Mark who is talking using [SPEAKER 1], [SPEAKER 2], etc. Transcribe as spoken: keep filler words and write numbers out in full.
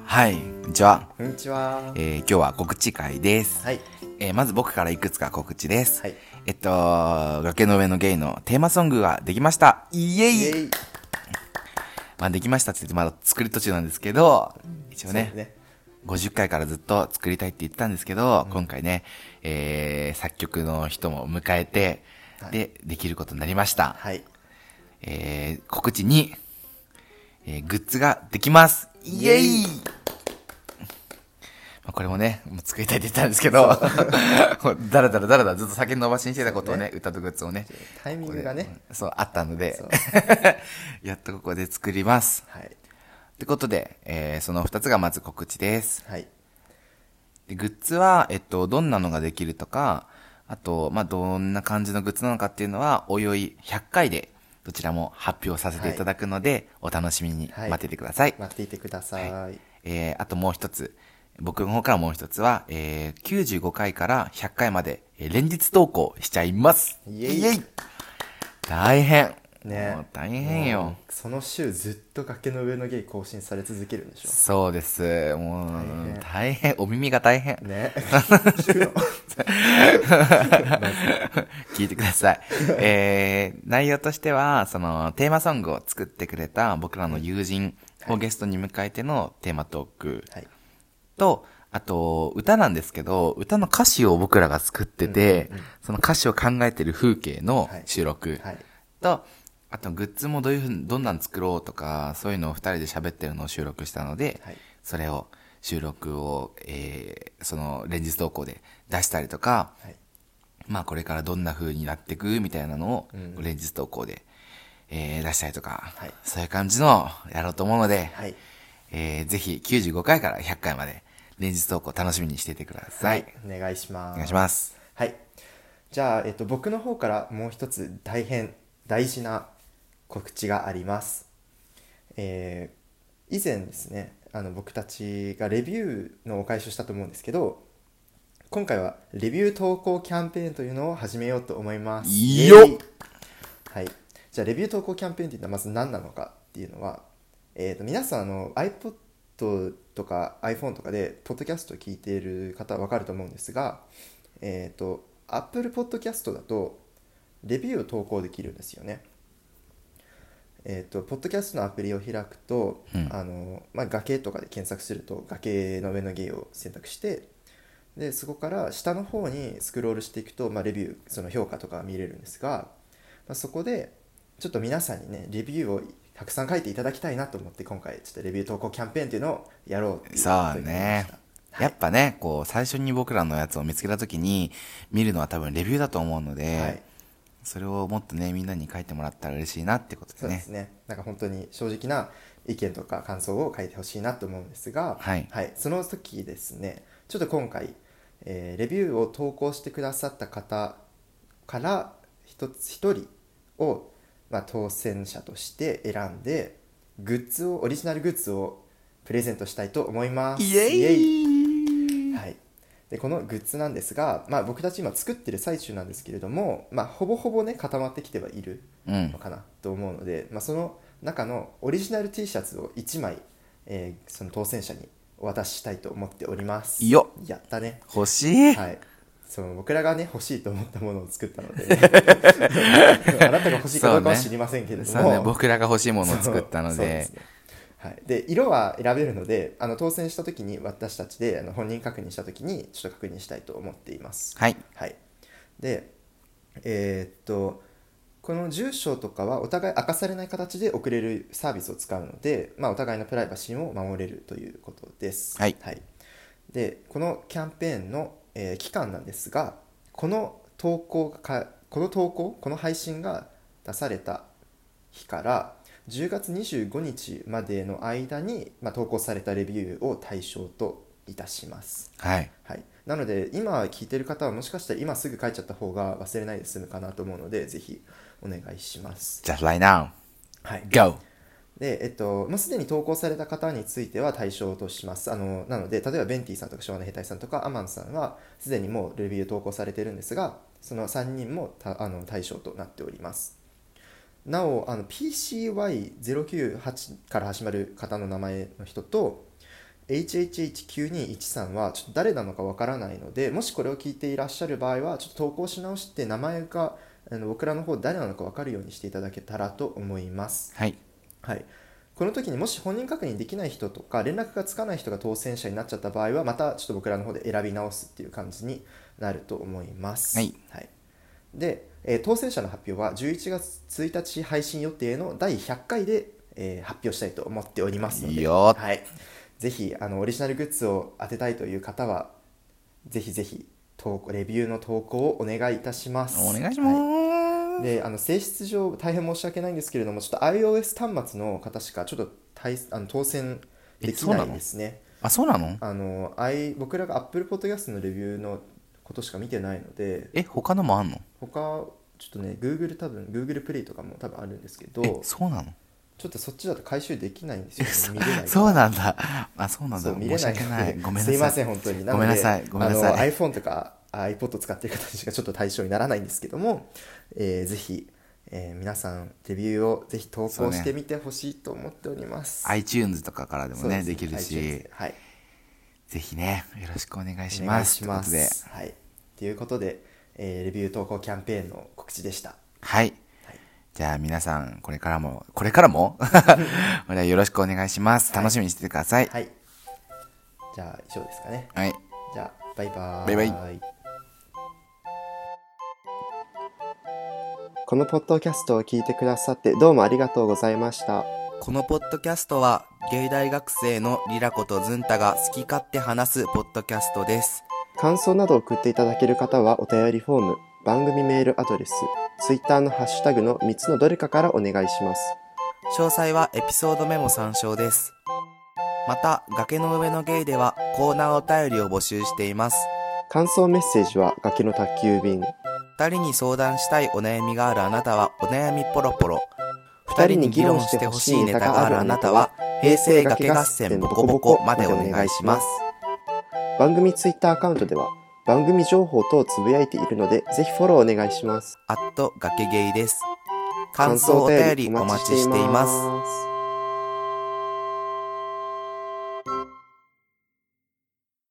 [SPEAKER 1] はい、こんにちは。
[SPEAKER 2] こんにちは。
[SPEAKER 1] えー、今日は告知会です。
[SPEAKER 2] はい。
[SPEAKER 1] えー、まず僕からいくつか告知です。
[SPEAKER 2] はい。
[SPEAKER 1] えっと、崖の上のゲイのテーマソングができました。イエイ、
[SPEAKER 2] イエイ。
[SPEAKER 1] まあできましたって言ってまだ作り途中なんですけど、一応ね、
[SPEAKER 2] ね
[SPEAKER 1] ごじゅっかいからずっと作りたいって言ってたんですけど、うん、今回ね、えー、作曲の人も迎えて、はい、で、できることになりました。
[SPEAKER 2] はい。
[SPEAKER 1] えー、告知に、えー、グッズができます。イエイ。これもね、もう作りたいって言ったんですけど、だらだらだらだらずっと先延ばしにしてたことをね、ね歌とグッズをね、
[SPEAKER 2] タイミングがね、
[SPEAKER 1] そう、あったので、やっとここで作ります。
[SPEAKER 2] はい。
[SPEAKER 1] ってことで、えー、そのふたつがまず告知です。
[SPEAKER 2] はい。
[SPEAKER 1] でグッズは、えっと、どんなのができるとか、あと、まあ、どんな感じのグッズなのかっていうのは、おいおいひゃっかいで、どちらも発表させていただくので、はい、お楽しみに待っていてください。はい、
[SPEAKER 2] 待っていてください。はい、
[SPEAKER 1] えー、あともう一つ、僕の方からもう一つは、えー、きゅうじゅうごかいからひゃっかいまで、えー、連日投稿しちゃいます。
[SPEAKER 2] イエイイエイ。
[SPEAKER 1] 大変。
[SPEAKER 2] ね、
[SPEAKER 1] もう大変よ。
[SPEAKER 2] その週ずっと崖の上のゲイ更新され続けるんでしょ。
[SPEAKER 1] そうです。もう大変。大変。お耳が大変。
[SPEAKER 2] ね。
[SPEAKER 1] 聞いてください。えー、内容としては、そのテーマソングを作ってくれた僕らの友人をゲストに迎えてのテーマトーク。はいと、あと、歌なんですけど、歌の歌詞を僕らが作ってて、うんうんうん、その歌詞を考えてる風景の収録、はいはい、と、あとグッズもどういうふうに、どんなん作ろうとか、そういうのを二人で喋ってるのを収録したので、はい、それを収録を、えー、その連日投稿で出したりとか、はい、まあこれからどんな風になっていくみたいなのを連日投稿で、えー、出したりとか、はい、そういう感じのやろうと思うので、はい、えー、ぜひきゅうじゅうごかいからひゃっかいまで連日投稿楽しみにしていてください。
[SPEAKER 2] はい、お願いします。
[SPEAKER 1] お願いします。
[SPEAKER 2] はい。じゃあ、えっと、僕の方からもう一つ大変大事な告知があります。えー、以前ですね、あの僕たちがレビューのお返しをしたと思うんですけど、今回はレビュー投稿キャンペーンというのを始めようと思います。
[SPEAKER 1] いいよ。
[SPEAKER 2] はい。じゃあ、レビュー投稿キャンペーンというのはまず何なのかっていうのは、えーと、皆さんあの iPod とか iPhone とかでポッドキャストを聞いている方は分かると思うんですが、えーと、Apple Podcast だとレビューを投稿できるんですよね。えーと、ポッドキャストのアプリを開くと、うん、あのまあ、崖とかで検索すると崖の上のゲイを選択して、でそこから下の方にスクロールしていくと、まあ、レビュー、その評価とかが見れるんですが、まあ、そこでちょっと皆さんにねレビューをたくさん書いていただきたいなと思って、今回ちょっとレビュー投稿キャンペーンっていうのをやろうっていう
[SPEAKER 1] そうね、はい、やっぱねこう最初に僕らのやつを見つけた時に見るのは多分レビューだと思うので、はい、それをもっとねみんなに書いてもらったら嬉しいなってことでね。
[SPEAKER 2] そうですね。なんか本当に正直な意見とか感想を書いてほしいなと思うんですが、はい、はい、その時ですね、ちょっと今回、えー、レビューを投稿してくださった方から一つ一人を、まあ、当選者として選んでグッズをオリジナルグッズをプレゼントしたいと思います。
[SPEAKER 1] イエイ、イエイ、
[SPEAKER 2] はい、でこのグッズなんですが、まあ、僕たち今作ってる最中なんですけれども、まあ、ほぼほぼね固まってきてはいるのかなと思うので、うん、まあ、その中のオリジナル T シャツをいちまい、えー、その当選者にお渡ししたいと思っております。
[SPEAKER 1] よ
[SPEAKER 2] やったね。
[SPEAKER 1] 欲しい。
[SPEAKER 2] はい、その僕らがね欲しいと思ったものを作ったので、ね、あなたが欲しいかどうかは知りませんけれども、
[SPEAKER 1] そうね、そうね、僕らが欲しいものを作ったの で,
[SPEAKER 2] ですね、はい、で色は選べるので、あの当選した時に私たちであの本人確認した時にちょっと確認したいと思っています。
[SPEAKER 1] はい、
[SPEAKER 2] はい、でえー、っとこの住所とかはお互い明かされない形で送れるサービスを使うので、まあ、お互いのプライバシーを守れるということです。
[SPEAKER 1] はい、
[SPEAKER 2] はい、でこのキャンペーンの、えー、期間なんですが、この投稿かこの投稿この配信が出された日からじゅうがつにじゅうごにちまでの間に、まあ、投稿されたレビューを対象といたします。
[SPEAKER 1] はい、
[SPEAKER 2] はい、なので今聞いてる方はもしかしたら今すぐ書いちゃった方が忘れないで済むかなと思うので、ぜひお願いします。
[SPEAKER 1] Just right now、
[SPEAKER 2] はい、
[SPEAKER 1] Go。
[SPEAKER 2] で、えっとまあ、すでに投稿された方については対象とします。あのなので例えばベンティさんとか昭和の兵隊さんとかアマンさんはすでにもうレビュー投稿されてるんですが、そのさんにんもたあの対象となっております。なおあの ピーシーワイゼロきゅうはち から始まる方の名前の人とエイチエイチエイチきゅうにいちさん はちょっと誰なのかわからないので、もしこれを聞いていらっしゃる場合はちょっと投稿し直して名前があの僕らの方誰なのか分かるようにしていただけたらと思います。
[SPEAKER 1] はい、
[SPEAKER 2] はい、この時にもし本人確認できない人とか連絡がつかない人が当選者になっちゃった場合はまたちょっと僕らの方で選び直すっていう感じになると思います。
[SPEAKER 1] はい、
[SPEAKER 2] はい、で、えー当選者の発表はじゅういちがつついたち配信予定のだいひゃっかいで、えー発表したいと思っておりますので、
[SPEAKER 1] いいよ
[SPEAKER 2] はい、ぜひあのオリジナルグッズを当てたいという方はぜひぜひ投稿レビューの投稿をお願いいたします。
[SPEAKER 1] お願いします。
[SPEAKER 2] はい、であの性質上大変申し訳ないんですけれどもちょっと iOS 端末の方しかちょっと対あの当選できないですね。
[SPEAKER 1] あ、そうなの？
[SPEAKER 2] あの I 僕らが Apple Podcast のレビューのことしか見てないので、
[SPEAKER 1] え、他のもあんの？
[SPEAKER 2] 他ちょっとね Google 多分 Google プレイとかも多分あるんですけ
[SPEAKER 1] え、
[SPEAKER 2] ど、
[SPEAKER 1] そうなの？
[SPEAKER 2] ちょっとそっちだと回収できないんですよ、ね、見れないから
[SPEAKER 1] そうなんだ。あ、そうなんだ。
[SPEAKER 2] そう見れない
[SPEAKER 1] 申し訳ない。ごめんなさい。
[SPEAKER 2] すいません本当に。なので
[SPEAKER 1] ごめんなさい。ごめんなさい。
[SPEAKER 2] あの iPhone とか iPod 使ってる方たちがちょっと対象にならないんですけども、えーぜひ、えー皆さんレビューをぜひ投稿してみてほしいと思っております。
[SPEAKER 1] iTunes とかからでもね、
[SPEAKER 2] そうす
[SPEAKER 1] できる
[SPEAKER 2] iTunes
[SPEAKER 1] し
[SPEAKER 2] で、はい、
[SPEAKER 1] ぜひね、よろしくお願いし
[SPEAKER 2] お願
[SPEAKER 1] ます。
[SPEAKER 2] いしま
[SPEAKER 1] ということで、
[SPEAKER 2] す。はい、ということで、えーレビュー投稿キャンペーンの告知でした。
[SPEAKER 1] はい。
[SPEAKER 2] はい
[SPEAKER 1] じゃあ皆さん、これからも、これからもこれはよろしくお願いします。楽しみにしててください。
[SPEAKER 2] はい、じゃあ以上ですかね。
[SPEAKER 1] はい。
[SPEAKER 2] じゃあバイバーイ。
[SPEAKER 1] バイバイ。
[SPEAKER 2] このポッドキャストを聞いてくださってどうもありがとうございました。
[SPEAKER 1] このポッドキャストは、芸大学生のリラコとズンタが好き勝手話すポッドキャストです。
[SPEAKER 2] 感想などを送っていただける方はお便りフォーム、番組メールアドレス、Twitter のハッシュタグのみっつのどれかからお願いします。
[SPEAKER 1] 詳細はエピソードメモ参照です。また、崖の上のゲイではコーナーお便りを募集しています。
[SPEAKER 2] 感想メッセージは崖の宅急便。
[SPEAKER 1] 二人に相談したいお悩みがあるあなたはお悩みポロポロ。
[SPEAKER 2] 二人に議論してほしいネタがあるあなたは平成崖合戦ボコボコまでお願いします。番組ツイッターアカウントでは番組情報等をつぶやいているのでぜひフォローお願いします。
[SPEAKER 1] アット崖ゲイです。感想お便りお待ちしています。